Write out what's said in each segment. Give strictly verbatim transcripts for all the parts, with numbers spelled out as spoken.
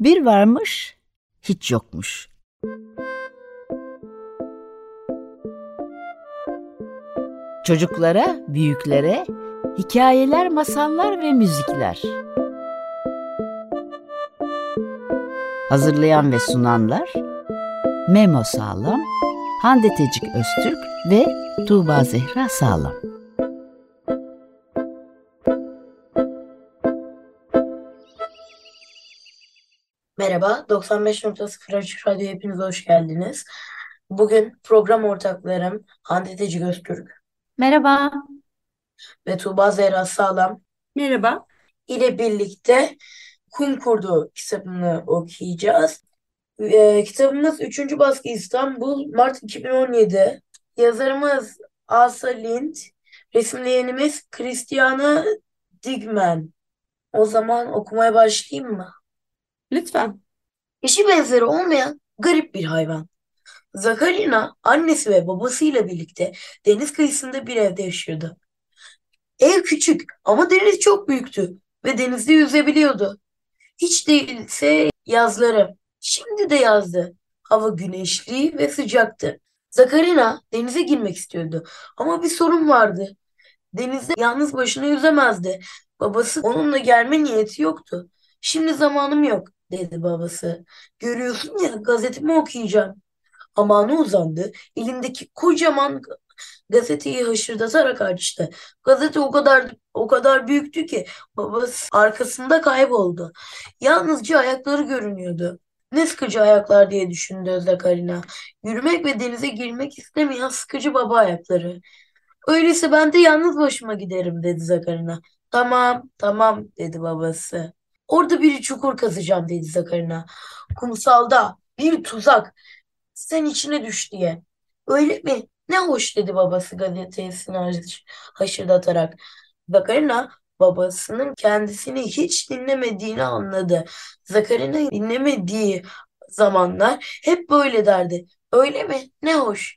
Bir varmış, hiç yokmuş. Çocuklara, büyüklere hikayeler, masallar ve müzikler. Hazırlayan ve sunanlar Memo Sağlam, Hande Tecik Öztürk ve Tuğba Zehra Sağlam. Merhaba, doksan beş nokta sıfır Açık Radyo hepiniz hoş geldiniz. Bugün program ortaklarım Hande Teci Öztürk Merhaba. ve Tuğba Zehra Sağlam Merhaba. ile birlikte Kum Kurdu kitabını okuyacağız. Ee, kitabımız üçüncü baskı İstanbul, Mart iki bin on yedi. Yazarımız Asa Lind, resimleyenimiz Christiana Digman. O zaman okumaya başlayayım mı? Lütfen. Eşi benzeri olmayan garip bir hayvan. Zakarina annesi ve babasıyla birlikte deniz kıyısında bir evde yaşıyordu. Ev küçük ama deniz çok büyüktü ve denizde yüzebiliyordu. Hiç değilse yazları. Şimdi de yazdı. Hava güneşli ve sıcaktı. Zakarina denize girmek istiyordu ama bir sorun vardı. Denizde yalnız başına yüzemezdi. Babası onunla gelme niyeti yoktu. Şimdi zamanım yok dedi babası. Görüyorsun ya gazetemi okuyacağım. Amana uzandı. Elindeki kocaman gazeteyi hışırdatarak açtı. Gazete o kadar o kadar büyüktü ki babası arkasında kayboldu. Yalnızca ayakları görünüyordu. Ne sıkıcı ayaklar diye düşündü Zakarina. Yürümek ve denize girmek istemeyen sıkıcı baba ayakları. Öyleyse ben de yalnız başıma giderim dedi Zakarina. Tamam, tamam dedi babası. Orada bir çukur kazacağım dedi Zakarina. Kumsalda bir tuzak sen içine düş diye. Öyle mi? Ne hoş dedi babası gazetesini haş- haşırdatarak. Zakarina babasının kendisini hiç dinlemediğini anladı. Zakarina dinlemediği zamanlar hep böyle derdi. Öyle mi? Ne hoş.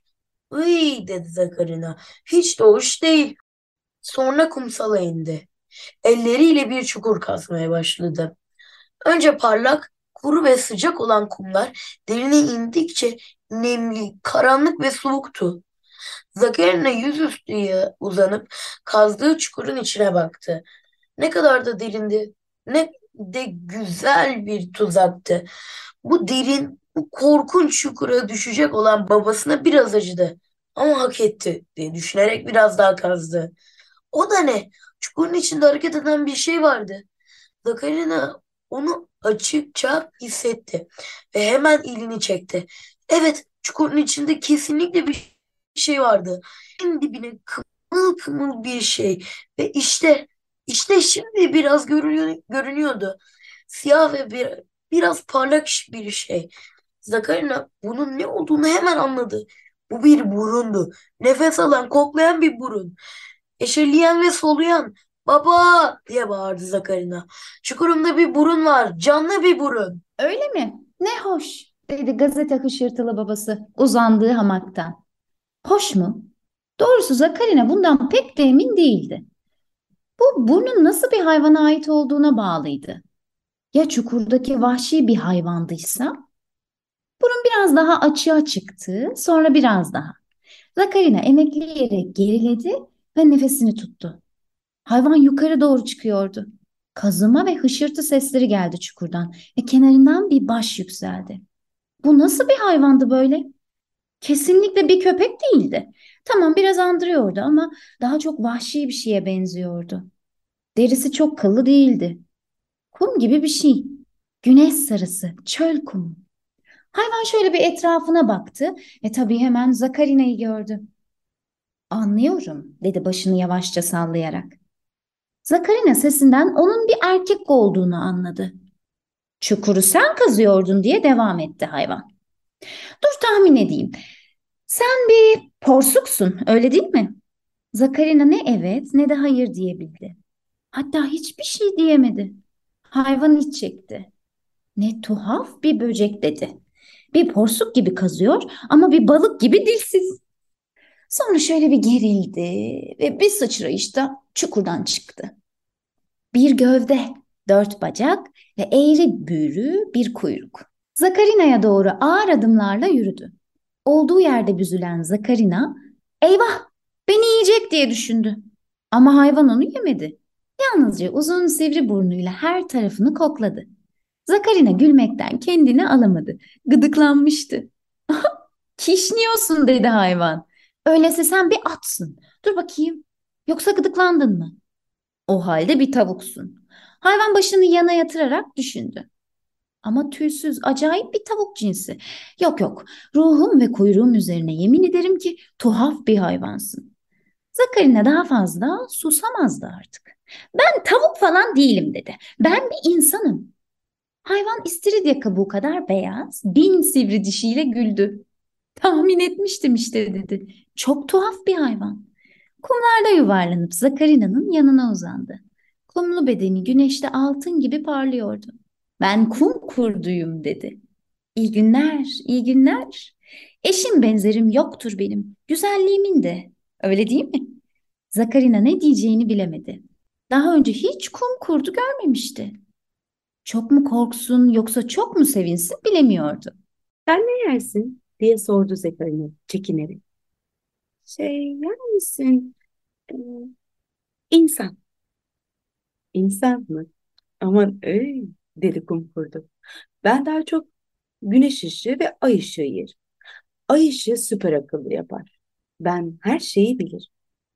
Iy dedi Zakarina. Hiç de hoş değil. Sonra kumsala indi. Elleriyle bir çukur kazmaya başladı. Önce parlak, kuru ve sıcak olan kumlar derine indikçe nemli, karanlık ve soğuktu. Zakarina yüzüstü uzanıp kazdığı çukurun içine baktı. Ne kadar da derindi, ne de güzel bir tuzaktı. Bu derin, bu korkunç çukura düşecek olan babasına biraz acıdı. Ama hak etti diye düşünerek biraz daha kazdı. O da ne? Çukurun içinde hareket eden bir şey vardı. Zakarina onu açıkça hissetti ve hemen elini çekti. Evet, çukurun içinde kesinlikle bir şey vardı. En dibine kımıl kımıl bir şey ve işte işte şimdi biraz görünüyor, görünüyordu. Siyah ve bir, biraz parlak bir şey. Zakarina bunun ne olduğunu hemen anladı. Bu bir burundu. Nefes alan, koklayan bir burun. Eşeleyen ve soluyan. Baba diye bağırdı Zakarina. Çukurumda bir burun var. Canlı bir burun. Öyle mi? Ne hoş, dedi gazete hışırtılı babası uzandığı hamaktan. Hoş mu? Doğrusu Zakarina bundan pek de emin değildi. Bu burnun nasıl bir hayvana ait olduğuna bağlıydı. Ya çukurdaki vahşi bir hayvandıysa? Burun biraz daha açığa çıktı, sonra biraz daha. Zakarina emekleyerek geriledi ve nefesini tuttu. Hayvan yukarı doğru çıkıyordu. Kazıma ve hışırtı sesleri geldi çukurdan ve kenarından bir baş yükseldi. Bu nasıl bir hayvandı böyle? Kesinlikle bir köpek değildi. Tamam biraz andırıyordu ama daha çok vahşi bir şeye benziyordu. Derisi çok kıllı değildi. Kum gibi bir şey. Güneş sarısı, çöl kumu. Hayvan şöyle bir etrafına baktı ve tabii hemen Zakarina'yı gördü. Anlıyorum, dedi başını yavaşça sallayarak. Zakarina sesinden onun bir erkek olduğunu anladı. Çukuru sen kazıyordun diye devam etti hayvan. Dur tahmin edeyim. Sen bir porsuksun, öyle değil mi? Zakarina ne evet ne de hayır diyebildi. Hatta hiçbir şey diyemedi. Hayvan iç çekti. Ne tuhaf bir böcek dedi. Bir porsuk gibi kazıyor ama bir balık gibi dilsiz. Sonra şöyle bir gerildi ve bir sıçrayışta çukurdan çıktı. Bir gövde. Dört bacak ve eğri büğrü bir kuyruk. Zakarina'ya doğru ağır adımlarla yürüdü. Olduğu yerde büzülen Zakarina, eyvah beni yiyecek diye düşündü. Ama hayvan onu yemedi. Yalnızca uzun sivri burnuyla her tarafını kokladı. Zakarina gülmekten kendini alamadı. Gıdıklanmıştı. Kişniyorsun dedi hayvan. Öyleyse sen bir atsın. Dur bakayım. Yoksa gıdıklandın mı? O halde bir tavuksun. Hayvan başını yana yatırarak düşündü. Ama tüysüz, acayip bir tavuk cinsi. Yok yok, ruhum ve kuyruğum üzerine yemin ederim ki tuhaf bir hayvansın. Zakarina daha fazla susamazdı artık. Ben tavuk falan değilim dedi. Ben bir insanım. Hayvan istiridye kabuğu kadar beyaz, bin sivri dişiyle güldü. Tahmin etmiştim işte dedi. Çok tuhaf bir hayvan. Kumlarda yuvarlanıp Zakarina'nın yanına uzandı. Kumlu bedeni güneşte altın gibi parlıyordu. Ben kum kurduyum dedi. İyi günler, iyi günler. Eşim benzerim yoktur benim. Güzelliğimin de. Öyle değil mi? Zakarina ne diyeceğini bilemedi. Daha önce hiç kum kurdu görmemişti. Çok mu korksun yoksa çok mu sevinsin bilemiyordu. Sen ne yersin diye sordu Zekarina çekinerek. Şey yer misin? Ee, insan. İnsan mı? Aman ey dedi kum kurdu. Ben daha çok güneş ışığı ve ay ışığı yerim. Ay ışığı süper akıllı yapar. Ben her şeyi bilir.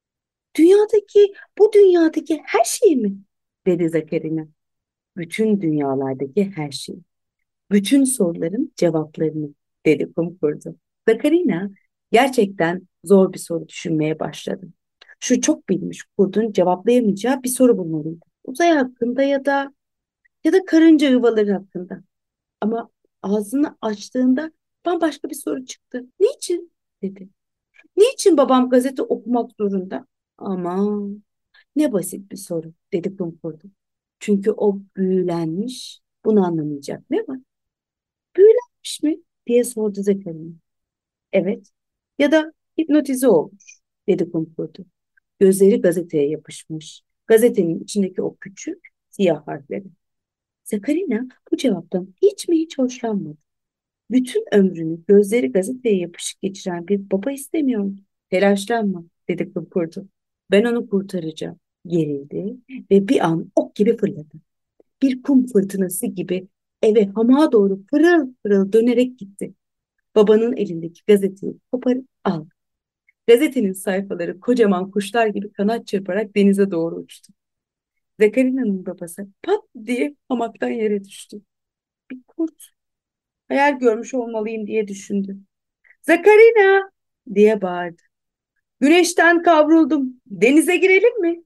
Dünyadaki, bu dünyadaki her şeyi mi? Dedi Zekarina. Bütün dünyalardaki her şeyi. Bütün soruların cevaplarını dedi kum kurdu. Zakarina gerçekten zor bir soru düşünmeye başladı. Şu çok bilmiş kurdun cevaplayamayacağı bir soru bulmalıydı. Uzay hakkında ya da ya da karınca yuvaları hakkında. Ama ağzını açtığında bambaşka bir soru çıktı. Niçin? Dedi. Niçin babam gazete okumak zorunda? Aman ne basit bir soru dedi kum kurdu. Çünkü o büyülenmiş, bunu anlamayacak ne var? Büyülenmiş mi diye sordu Zekeriya. Evet ya da hipnotize olmuş dedi kum kurdu. Gözleri gazeteye yapışmış. Gazetenin içindeki o küçük siyah harfleri. Zekarina bu cevaptan hiç mi hiç hoşlanmadı. Bütün ömrünü gözleri gazeteye yapışık geçiren bir baba istemiyordu. Telaşlanma dedi kum kurdu. Ben onu kurtaracağım. Gerildi ve bir an ok gibi fırladı. Bir kum fırtınası gibi eve hamağa doğru pırıl pırıl dönerek gitti. Babanın elindeki gazeteyi koparıp aldı. Gazetenin sayfaları kocaman kuşlar gibi kanat çırparak denize doğru uçtu. Zekarina'nın babası pat diye hamaktan yere düştü. Bir kurt. Hayal görmüş olmalıyım diye düşündü. Zakarina diye bağırdı. Güneşten kavruldum. Denize girelim mi?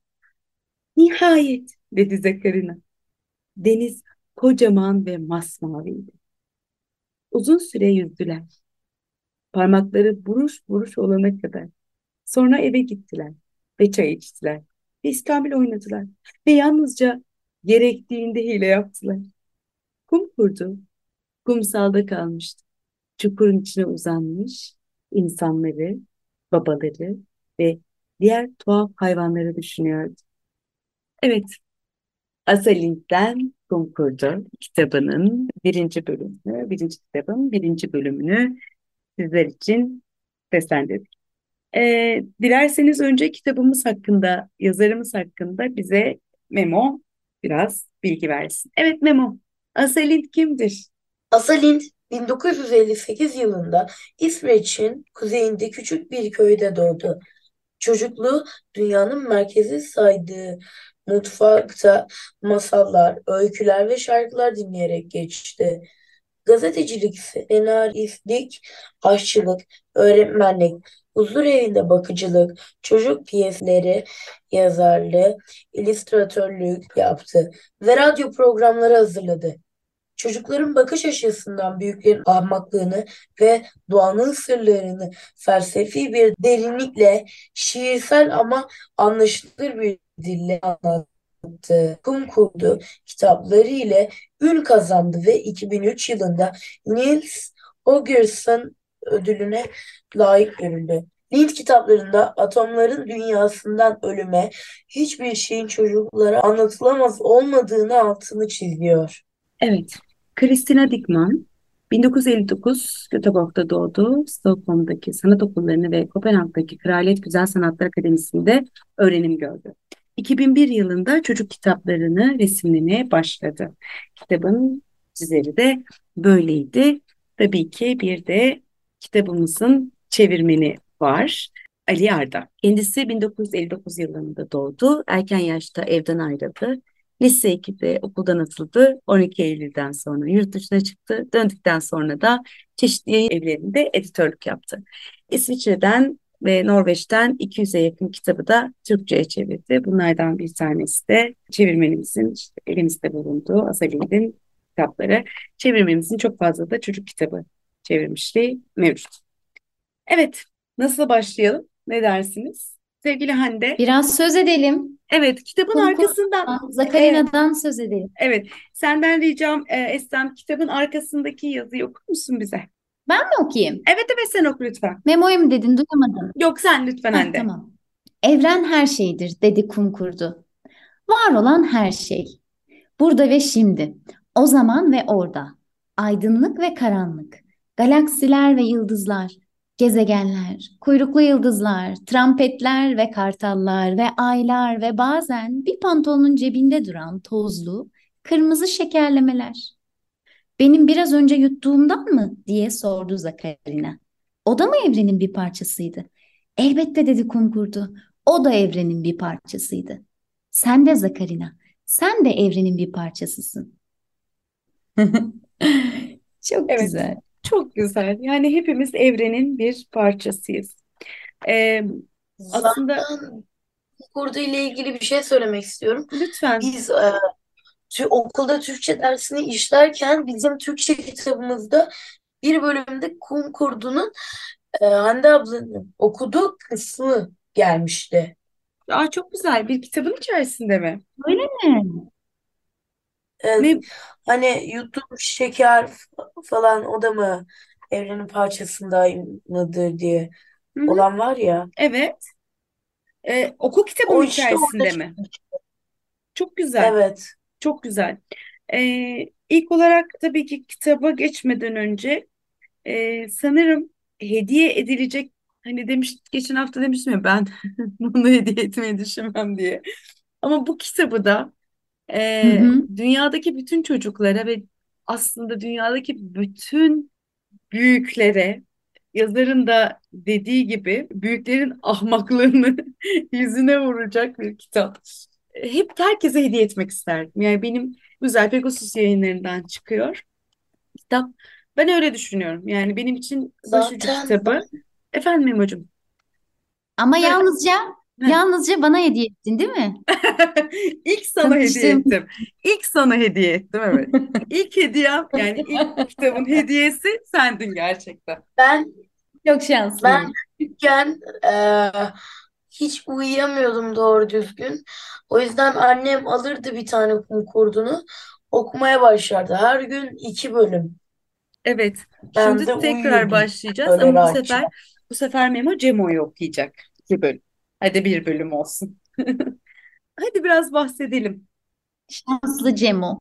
Nihayet dedi Zakarina. Deniz kocaman ve masmaviydi. Uzun süre yüzdüler. Parmakları buruş buruş olana kadar. Sonra eve gittiler ve çay içtiler. Ve iskambil oynadılar. Ve yalnızca gerektiğinde hile yaptılar. Kum kurdu. Kumsalda kalmıştı. Çukurun içine uzanmış insanları, babaları ve diğer tuhaf hayvanları düşünüyordu. Evet, Asalint'ten Kum Kurdu kitabının birinci bölümünü, birinci kitabın birinci bölümünü sizler için seslendirdik. Ee, dilerseniz önce kitabımız hakkında, yazarımız hakkında bize Memo biraz bilgi versin. Evet Memo, Asalint kimdir? Asalind bin dokuz yüz elli sekiz yılında İsveç'in kuzeyinde küçük bir köyde doğdu. Çocukluğu dünyanın merkezi saydığı mutfakta masallar, öyküler ve şarkılar dinleyerek geçti. Gazetecilik, senaristlik, aşçılık, öğretmenlik, huzur evinde bakıcılık, çocuk piyesleri yazarlığı, illüstratörlük yaptı ve radyo programları hazırladı. Çocukların bakış açısından büyüklerin ahmaklığını ve doğanın sırlarını felsefi bir derinlikle, şiirsel ama anlaşılır bir dille anlattı. Kum Kurdu kitapları ile ün kazandı ve iki bin üç yılında Niels Holgersson ödülüne layık görüldü. Lind kitaplarında atomların dünyasından ölüme, hiçbir şeyin çocuklara anlatılamaz olmadığını altını çiziyor. Evet, Christina Dickman bin dokuz yüz elli dokuz Göteborg'da doğdu. Stockholm'daki sanat okullarını ve Kopenhag'daki Kraliyet Güzel Sanatlar Akademisi'nde öğrenim gördü. iki bin bir yılında çocuk kitaplarını resimlemeye başladı. Kitabın çizeri de böyleydi. Tabii ki bir de kitabımızın çevirmeni var. Ali Arda. Kendisi bin dokuz yüz elli dokuz yılında doğdu. Erken yaşta evden ayrıldı. Lise ikide okuldan atıldı. on iki Eylül'den sonra yurt dışına çıktı. Döndükten sonra da çeşitli yayın evlerinde editörlük yaptı. İsviçre'den ve Norveç'ten iki yüze yakın kitabı da Türkçe'ye çevirdi. Bunlardan bir tanesi de çevirmenimizin işte elimizde bulunduğu Asalind'in kitapları. Çevirmenimizin çok fazla da çocuk kitabı çevirmişliği mevcut. Evet, nasıl başlayalım? Ne dersiniz? Sevgili Hande, Biraz söz edelim. evet kitabın arkasından, Kumku'dan, evet, Zakarina'dan söz edelim. evet senden ricam e, Eslem kitabın arkasındaki yazıyı okur musun bize? Ben mi okuyayım? Evet evet sen oku lütfen. Memo'yu mu dedin? Duyamadım. Yok sen lütfen Heh, Hande. tamam. Evren her şeydir, dedi kum kurdu. Var olan her şey. Burada ve şimdi. O zaman ve orada. Aydınlık ve karanlık. Galaksiler ve yıldızlar. Gezegenler, kuyruklu yıldızlar, trampetler ve kartallar ve aylar ve bazen bir pantolonun cebinde duran tozlu, kırmızı şekerlemeler. Benim biraz önce yuttuğumdan mı diye sordu Zakarina. O da mı evrenin bir parçasıydı? Elbette dedi kumkurdu. O da evrenin bir parçasıydı. Sen de Zakarina, sen de evrenin bir parçasısın. Çok Evet güzel. çok güzel. Yani hepimiz evrenin bir parçasıyız. Ee, aslında Zaten kurdu ile ilgili bir şey söylemek istiyorum. lütfen. Biz e, tü- okulda Türkçe dersini işlerken bizim Türkçe kitabımızda bir bölümde kum kurdunun e, Hande ablanın okuduğu kısmı gelmişti. Aa, çok güzel bir kitabın içerisinde mi? Öyle mi? E, Ne? Hani yuttuğum şeker falan o da mı evrenin parçasında mıdır diye Hı hı, olan var ya. evet. Ee, okul kitabının O işte orada içerisinde mi? çıkmış. Çok güzel. Evet. Çok güzel. Ee, ilk olarak tabii ki kitaba geçmeden önce e, sanırım hediye edilecek hani demiş geçen hafta demiştim ya ben bunu hediye etmeyi düşünmem diye. Ama bu kitabı da Hı e, hı. dünyadaki bütün çocuklara ve aslında dünyadaki bütün büyüklere yazarın da dediği gibi büyüklerin ahmaklığını yüzüne vuracak bir kitap. Hep herkese hediye etmek isterdim. Yani benim güzel Pegasus yayınlarından çıkıyor kitap. Ben öyle düşünüyorum. Yani benim için başucu Zaten kitabı. Efendim Memo'cum. Ama Söyle. yalnızca Heh. yalnızca bana hediye ettin, değil mi? İlk sana hediye Tanıştığım. ettim. İlk sana hediye ettim evet. İlk hediyem yani ilk kitabın hediyesi sendin gerçekten. ben Çok ben şanslıyım. küçükken eee, hiç uyuyamıyordum doğru düzgün. O yüzden annem alırdı bir tane kum kurdunu okumaya başlardı. Her gün iki bölüm. Evet. Ben de Şimdi tekrar uyuyordum başlayacağız öyle ama bu rahatça. sefer bu sefer Memo Cemo'yu okuyacak. İki bölüm. Hadi bir bölüm olsun. Hadi biraz bahsedelim. Şanslı Cemo.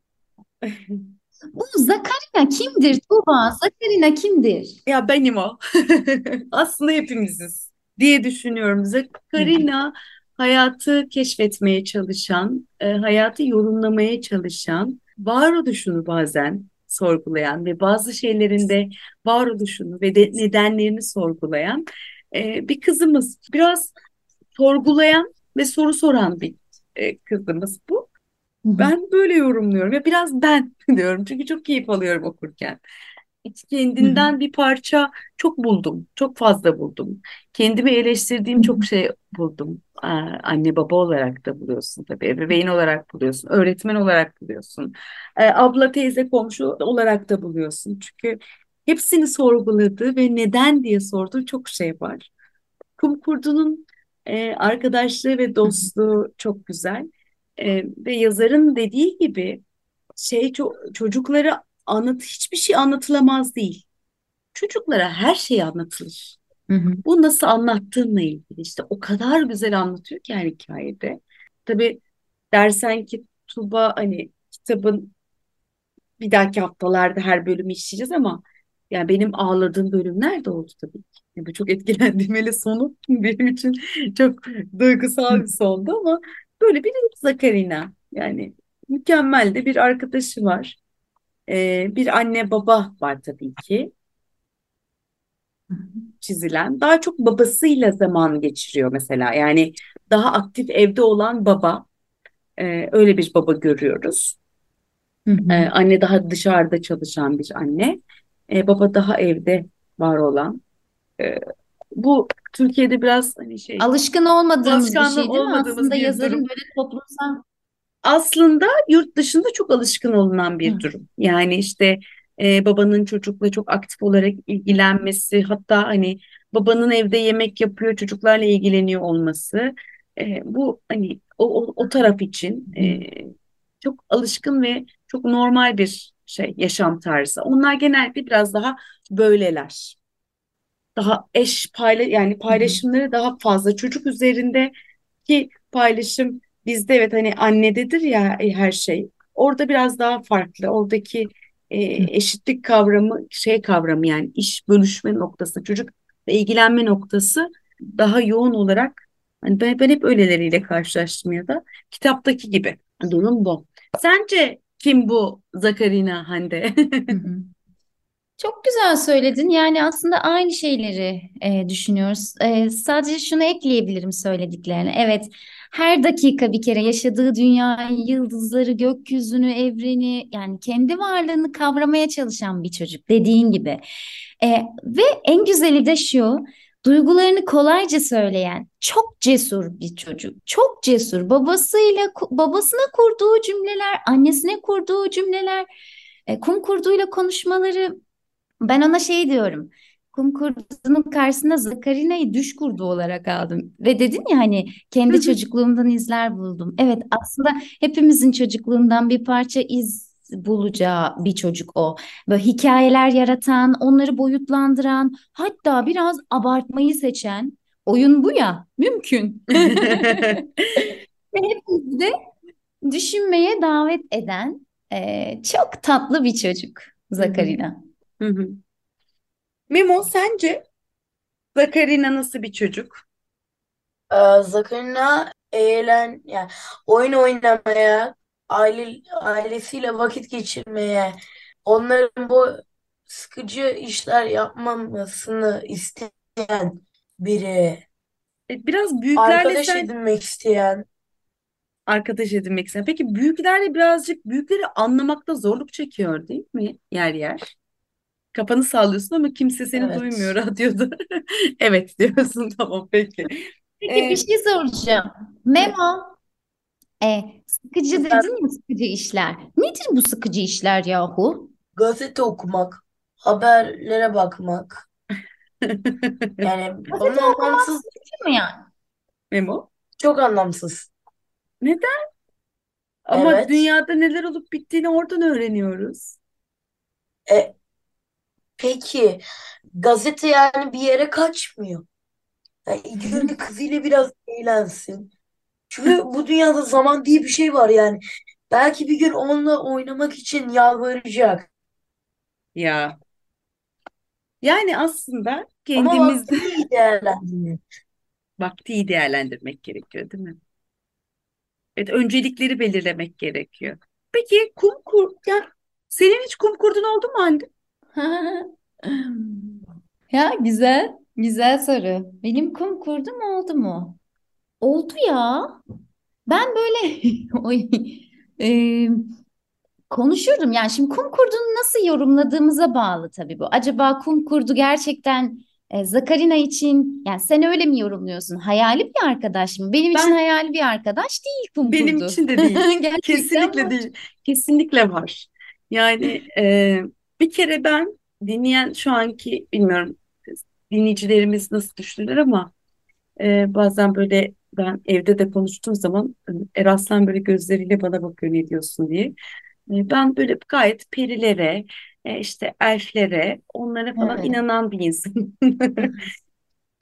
Bu Zakarina kimdir Tuğba? Zakarina kimdir? Ya benim o. Aslında hepimiziz diye düşünüyorum. Hı hı. Zakarina hayatı keşfetmeye çalışan, e, hayatı yorumlamaya çalışan, varoluşunu bazen sorgulayan ve bazı şeylerin de varoluşunu ve de nedenlerini sorgulayan e, bir kızımız. Biraz sorgulayan ve soru soran bir e, kızımız bu. Hı hı. Ben böyle yorumluyorum ve biraz ben diyorum çünkü çok keyif alıyorum okurken. İç Hı hı. kendinden bir parça çok buldum, çok fazla buldum. Kendimi Hı eleştirdiğim çok şey buldum. Aa, anne baba olarak da buluyorsun tabii, ebeveyn olarak buluyorsun, öğretmen olarak buluyorsun, Ee, abla teyze komşu olarak da buluyorsun. Çünkü hepsini sorguladığı ve neden diye sorduğu çok şey var. Kum Kurdu'nun e, arkadaşlığı ve hı. dostluğu çok güzel. E, ve yazarın dediği gibi şey ço- çocuklara anlat hiçbir şey anlatılamaz değil. Çocuklara her şey anlatılır. Hı hı. Bu nasıl anlattığınla ilgili. İşte o kadar güzel anlatıyor ki her hikayede. Tabii dersen ki Tuğba hani kitabın bir dahaki haftalarda her bölümü işleyeceğiz ama yani benim ağladığım bölümler de oldu tabii ki. Yani bu çok etkilendiğim hele sonu benim için çok duygusal bir sondu ama böyle bir Zakarina yani mükemmel de bir arkadaşı var. Ee, bir anne baba var tabii ki çizilen. Daha çok babasıyla zaman geçiriyor mesela. Yani daha aktif evde olan baba. Ee, öyle bir baba görüyoruz. Hı Ee, hı. anne daha dışarıda çalışan bir anne. Ee, baba daha evde var olan. Ee, bu Türkiye'de biraz hani şey Alışkın olmadığımız bir alışkanlığı şey değil mi? olmadığımız Aslında bir yazarın durum. böyle toplumsal. Aslında yurt dışında çok alışkın olunan bir Hı. durum. Yani işte e, babanın çocukla çok aktif olarak ilgilenmesi, hatta hani babanın evde yemek yapıyor, çocuklarla ilgileniyor olması. E, bu hani o, o, o taraf için Hı. e, çok alışkın ve çok normal bir şey yaşam tarzı. Onlar genellikle biraz daha böyleler. Daha eş payla yani Hı hı. paylaşımları daha fazla çocuk üzerinde ki paylaşım bizde evet hani annededir ya e, her şey. Orada biraz daha farklı. Oradaki e, Hı. eşitlik kavramı şey kavramı yani iş bölüşme noktası çocukla ilgilenme noktası daha yoğun olarak hani ben, ben hep öyleleriyle karşılaştım ya da kitaptaki gibi. Durum bu. Sence kim bu Zakarina Hande? Hı hı. Çok güzel söyledin. Yani aslında aynı şeyleri e, düşünüyoruz. E, sadece şunu ekleyebilirim söylediklerine. Evet, her dakika bir kere yaşadığı dünyayı, yıldızları, gökyüzünü, evreni, yani kendi varlığını kavramaya çalışan bir çocuk dediğin gibi. E, ve en güzeli de şu, duygularını kolayca söyleyen, çok cesur bir çocuk. Çok cesur. Babasıyla, babasına kurduğu cümleler, annesine kurduğu cümleler, e, kum kurduyla konuşmaları. Ben ona şey diyorum. Kum kurdunun karşısında Zakarina'yı düş kurdu olarak aldım. Ve dedin ya hani kendi çocukluğumdan izler buldum. Evet, aslında hepimizin çocukluğundan bir parça iz bulacağı bir çocuk o. Böyle hikayeler yaratan, onları boyutlandıran, hatta biraz abartmayı seçen. Oyun bu ya, mümkün. Ve hepimizi de düşünmeye davet eden eee, çok tatlı bir çocuk Hı hı, Zakarina. hı hı. Memo sence Zakarina nasıl bir çocuk? Ee, Zakarina eğlen yani oyun oynamaya, aile ailesiyle vakit geçirmeye, onların bu sıkıcı işler yapmamasını isteyen biri, E, Biraz büyüklerle arkadaş sen edinmek isteyen. arkadaş edinmek sen. Peki büyüklerle birazcık büyükleri anlamakta zorluk çekiyor değil mi yer yer? Kafanı sallıyorsun ama kimse seni duymuyor Evet. radyoda. Evet diyorsun tamam peki. Peki bir E, şey soracağım. Memo, e, sıkıcı dedin ya sıkıcı işler. Nedir bu sıkıcı işler yahu? Gazete okumak, haberlere bakmak. Yani Gazete bana okumak anlamsız, sıkıcı mı yani? Memo. çok anlamsız. Neden? Ama Evet. dünyada neler olup bittiğini oradan öğreniyoruz. E, peki gazete yani bir yere kaçmıyor. Yani ilk önce kızıyla biraz eğlensin. Çünkü bu dünyada zaman diye bir şey var yani. Belki bir gün onunla oynamak için yalvaracak. Ya yani aslında Ama kendimizde vaktini iyi değerlendirmiyor. vakti iyi değerlendirmek gerekiyor değil mi? Evet, öncelikleri belirlemek gerekiyor. Peki kum kur ya senin hiç kum kurdun oldu mu Hande? Ya güzel, güzel soru. Benim kum kurdum oldu mu? Oldu ya. Ben böyle oy, e, konuşurdum. Yani şimdi kum kurdunu nasıl yorumladığımıza bağlı tabii bu. Acaba kum kurdu gerçekten e, Zakarina için yani sen öyle mi yorumluyorsun? Hayali bir arkadaş mı? Benim için Ben hayali bir arkadaş değil kum benim kurdu. için de değil. Gerçekten Kesinlikle var. değil. Kesinlikle var. Yani e, bir kere ben dinleyen şu anki bilmiyorum dinleyicilerimiz nasıl düşünürler ama e, bazen böyle ben evde de konuştuğum zaman e, Eraslan böyle gözleriyle bana bakıyor ne diyorsun diye. E, Ben böyle gayet perilere, e, işte elflere, onlara falan Evet. inanan bir insanım.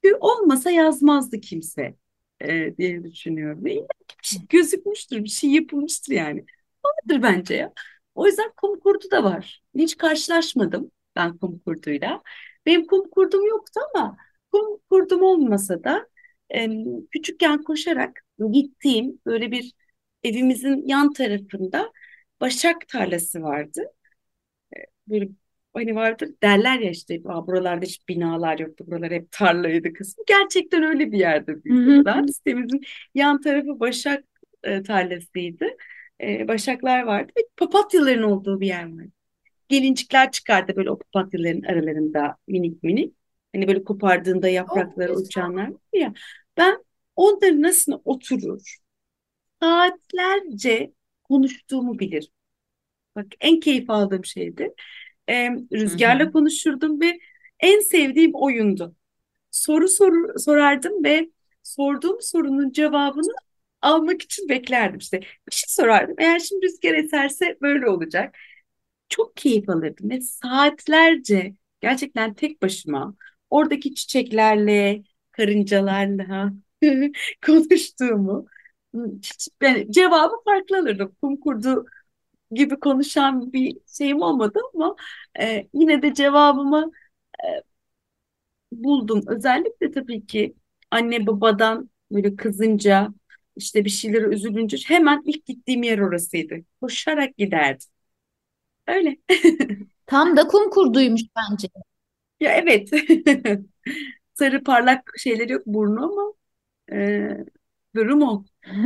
Olmasa yazmazdı kimse e, diye düşünüyorum. Ve illa ki bir şey gözükmüştür, bir şey yapılmıştır yani. Vardır bence ya. O yüzden kum kurdu da var. Hiç karşılaşmadım ben kum kurduyla. Benim kum kurdum yoktu ama kum kurdum olmasa da e, küçükken koşarak gittiğim böyle bir evimizin yan tarafında başak tarlası vardı. Böyle hani vardır derler ya işte, "Aa, buralarda hiç binalar yoktu, buralar hep tarlaydı" kısmı. Gerçekten öyle bir yerde Hı büyüdüm hı. ben. Sitemizin yan tarafı başak e, tarlasıydı. E, başaklar vardı ve papatyaların olduğu bir yer var. Gelincikler çıkardı böyle o papatyaların aralarında minik minik. Hani böyle kopardığında Çok yaprakları güzel. uçanlar var ya. Ben onların arasına oturur, saatlerce konuştuğumu bilirim. Bak, en keyif aldığım şeydi. Ee, Hı hı. Rüzgarla konuşurdum ve en sevdiğim oyundu. Soru soru sorardım ve sorduğum sorunun cevabını almak için beklerdim işte. Bir şey sorardım. Eğer şimdi rüzgar eserse böyle olacak. Çok keyif alırdım ve saatlerce gerçekten tek başıma oradaki çiçeklerle, karıncalarla konuştuğumu, hiç, yani cevabı farklı alırdım. Kum kurdu gibi konuşan bir şeyim olmadı ama e, yine de cevabımı buldum. Özellikle tabii ki anne babadan böyle kızınca, işte bir şeylere üzülünce hemen ilk gittiğim yer orasıydı. Koşarak giderdim. Öyle. Tam da kum kurduymuş bence. Ya evet. Sarı parlak şeyleri yok burnu ama e, durum o.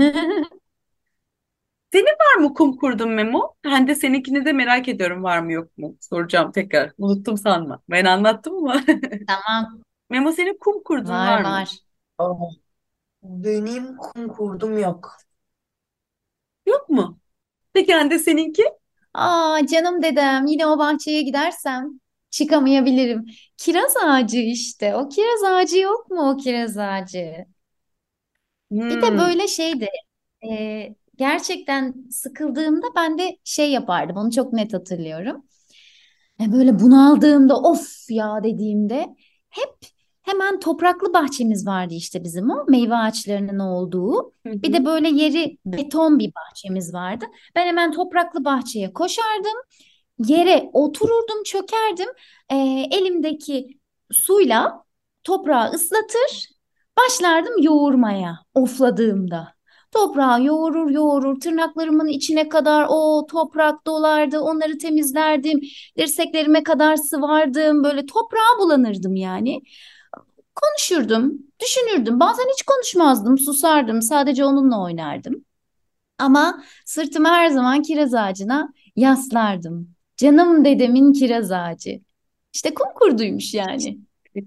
Senin var mı kum kurdun Memo? Ben de seninkini de merak ediyorum, var mı yok mu? Soracağım tekrar. Unuttum sanma. Ben anlattım ama. Tamam, Memo, senin kum kurdun var var mı? var. Aa, benim kum kurdum yok. Yok mu? Peki Hande, seninki? Aa canım dedem, yine o bahçeye gidersem çıkamayabilirim. Kiraz ağacı işte. O kiraz ağacı yok mu, o kiraz ağacı? Bir de Hmm. böyle şeydi. e, gerçekten sıkıldığımda ben de şey yapardım. Onu çok net hatırlıyorum. E, böyle bunaldığımda of ya dediğimde hep hemen topraklı bahçemiz vardı işte bizim, o meyve ağaçlarının olduğu. Hı Bir de hı. böyle yeri beton bir bahçemiz vardı. Ben hemen topraklı bahçeye koşardım. Yere otururdum, çökerdim. E, elimdeki suyla toprağı ıslatır, başlardım yoğurmaya ofladığımda. Toprağı yoğurur yoğurur tırnaklarımın içine kadar o toprak dolardı. Onları temizlerdim. Dirseklerime kadar sıvardım. Böyle toprağa bulanırdım yani. Konuşurdum, düşünürdüm. Bazen hiç konuşmazdım, susardım. Sadece onunla oynardım. Ama sırtımı her zaman kiraz ağacına yaslardım. Canım dedemin kiraz ağacı. İşte kum kurduymuş yani.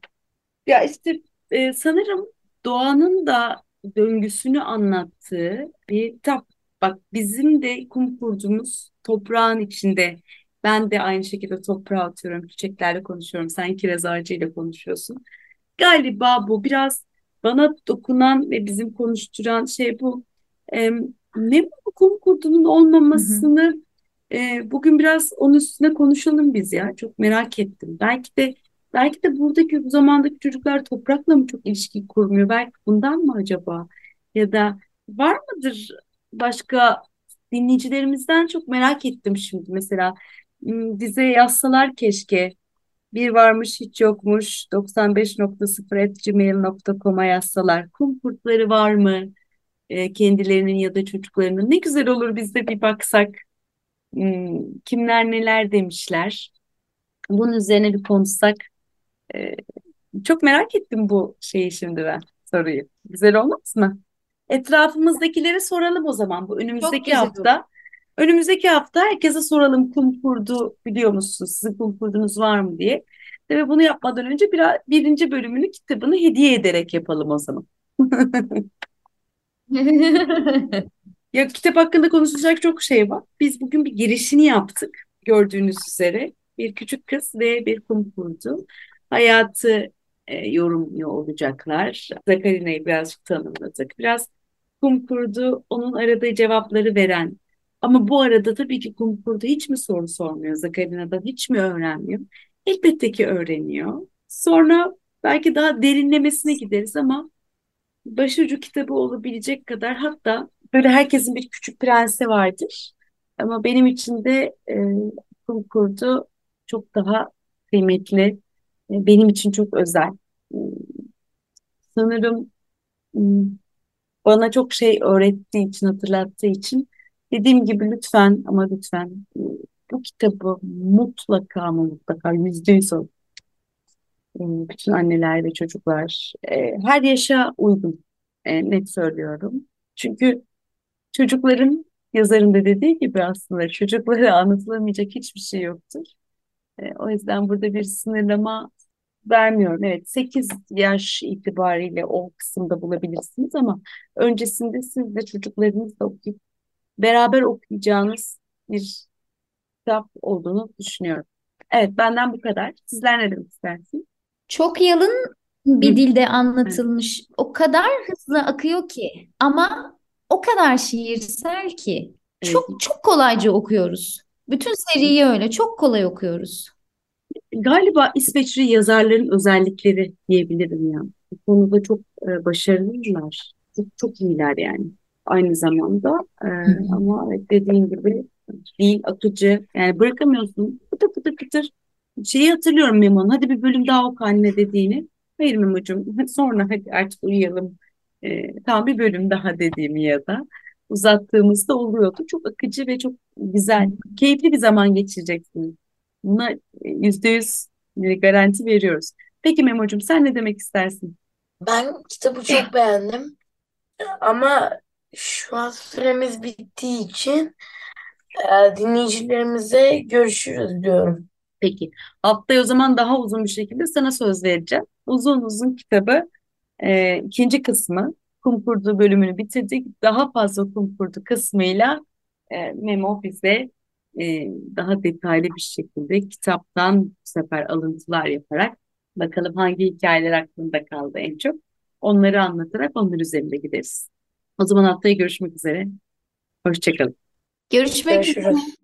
Ya işte e, sanırım doğanın da döngüsünü anlattığı bir kitap. Bak, bizim de kum kurduğumuz toprağın içinde. Ben de aynı şekilde toprağa atıyorum, çiçeklerle konuşuyorum. Sen kiraz ağacıyla konuşuyorsun. Galiba bu biraz bana dokunan ve bizim konuşturan şey bu. Ee, Ne bu kum kurdunun Hı hı. olmamasını e, bugün biraz onun üstüne konuşalım biz ya. Çok merak ettim. Belki de belki de buradaki bu zamandaki çocuklar toprakla mı çok ilişki kurmuyor? Belki bundan mı acaba? Ya da var mıdır başka, dinleyicilerimizden çok merak ettim şimdi. Mesela m, bize yazsalar keşke. Bir varmış hiç yokmuş doksan beş nokta sıfır at gmail nokta com'a yazsalar. Kum kurtları var mı? E, kendilerinin ya da çocuklarının. Ne güzel olur biz de bir baksak. Hmm, kimler neler demişler. Bunun üzerine bir konuşsak. E, Çok merak ettim bu şeyi şimdi ben, soruyu. Güzel olmaz mı? Etrafımızdakileri soralım o zaman, bu Çok önümüzdeki güzel olur. hafta. Önümüzdeki hafta herkese soralım, kum kurdu biliyor musunuz? Sizin kum kurdunuz var mı diye. Tabii bunu yapmadan önce biraz, birinci bölümünü kitabını hediye ederek yapalım o zaman. Ya, kitap hakkında konuşacak çok şey var. Biz bugün bir girişini yaptık. Gördüğünüz üzere bir küçük kız ve bir kum kurdu. Hayatı e, yorumluyor olacaklar. Zakarina'yı birazcık tanımladık. Biraz kum kurdu, onun aradığı cevapları veren. Ama bu arada tabii ki kum kurdu hiç mi soru sormuyor? Zakarina'dan hiç mi öğrenmiyor? Elbette ki öğreniyor. Sonra Belki daha derinlemesine gideriz ama başucu kitabı olabilecek kadar, hatta böyle herkesin bir Küçük Prensi vardır. Ama benim için de e, Kum Kurdu çok daha kıymetli. E, benim için çok özel. E, sanırım m, bana çok şey öğrettiği için, hatırlattığı için dediğim gibi lütfen ama lütfen e, bu kitabı mutlaka ama mutlaka yüzde yüz okuyun. E, bütün anneler ve çocuklar e, her yaşa uygun, e, net söylüyorum. Çünkü çocukların, yazarın da dediği gibi, aslında çocuklara anlatılamayacak hiçbir şey yoktur. E, o yüzden burada bir sınırlama vermiyorum. Evet, sekiz yaş itibariyle o kısımda bulabilirsiniz ama öncesinde siz de çocuklarınızla okuyup beraber okuyacağınız bir kitap olduğunu düşünüyorum. Evet, benden bu kadar. Sizler ne demek istersiniz? Çok yalın Hı, bir dilde evet, anlatılmış. O kadar hızlı akıyor ki ama o kadar şiirsel ki evet. çok çok kolayca okuyoruz. Bütün seriyi öyle çok kolay okuyoruz. Galiba İsveçli yazarların özellikleri diyebilirim ya. Bu konuda çok e, başarılılar. Çok çok iyiler yani. Aynı zamanda e, Hı hı. ama evet, dediğin gibi değil, akıcı. Yani bırakamıyorsun. Pıtır pıtır pıtır. Şeyi hatırlıyorum Memo'nun. Hadi bir bölüm daha oku anne dediğini. Hayır Memo'cum, sonra hadi artık uyuyalım. E, tamam, bir bölüm daha dediğimi ya da uzattığımızda oluyordu. Çok akıcı ve çok güzel. Keyifli bir zaman geçireceksiniz. Buna yüzde yüz garanti veriyoruz. Peki Memo'cum, sen ne demek istersin? Ben kitabı çok beğendim ama şu an süremiz bittiği için e, dinleyicilerimize görüşürüz diyorum. Peki. Haftaya o zaman daha uzun bir şekilde sana söz vereceğim. Uzun uzun kitabı, e, ikinci kısmı, kum kurdu bölümünü bitirdik. Daha fazla kum kurdu kısmıyla e, Memo bize e, daha detaylı bir şekilde kitaptan bu sefer alıntılar yaparak, bakalım hangi hikayeler aklında kaldı en çok. Onları anlatarak onlar üzerinde gideriz. O zaman haftaya görüşmek üzere. Hoşçakalın. Görüşmek üzere. Görüşürüz.